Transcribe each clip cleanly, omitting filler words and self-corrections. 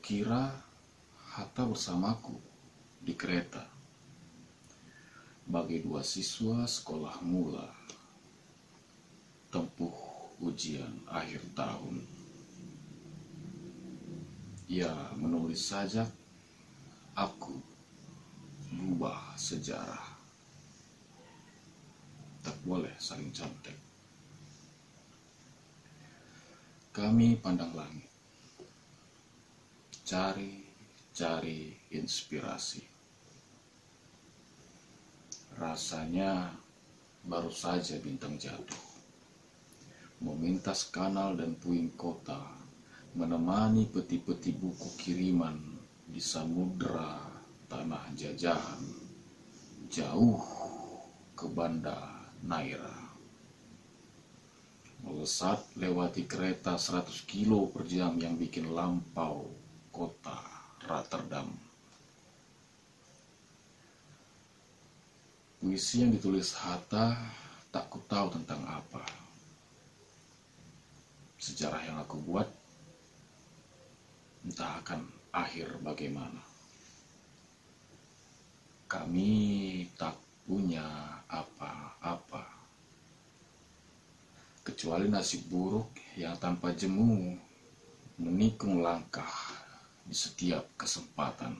Kukira Hatta bersamaku di kereta bagi dua siswa sekolah mula tempuh ujian akhir tahun. Ia menulis sajak, aku mengubah sejarah. Tak boleh saling contek. Kami pandang langit, cari inspirasi. Rasanya baru saja bintang jatuh, memintas kanal dan puing kota, menemani peti-peti buku kiriman di samudera tanah jajahan, jauh ke Banda Naira. Melesat lewati kereta 100 kilo per jam yang bikin lampau kota Rotterdam. Puisi yang ditulis Hatta tak ku tahu tentang apa. Sejarah yang aku buat entah akan akhir bagaimana. Kami tak punya apa-apa kecuali nasib buruk yang tanpa jemu menikung langkah di setiap kesempatan.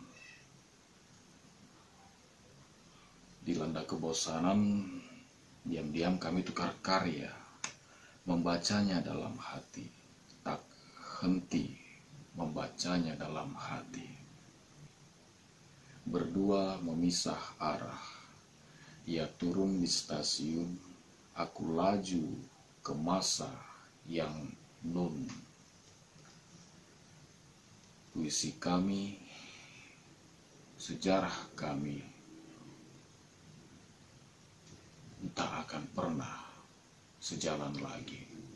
Dilanda kebosanan, diam-diam kami tukar karya, membacanya dalam hati, tak henti membacanya dalam hati. Berdua memisah arah, ia turun di stasiun, aku laju ke masa yang nun. Puisi kami, sejarah kami, tak akan pernah sejalan lagi.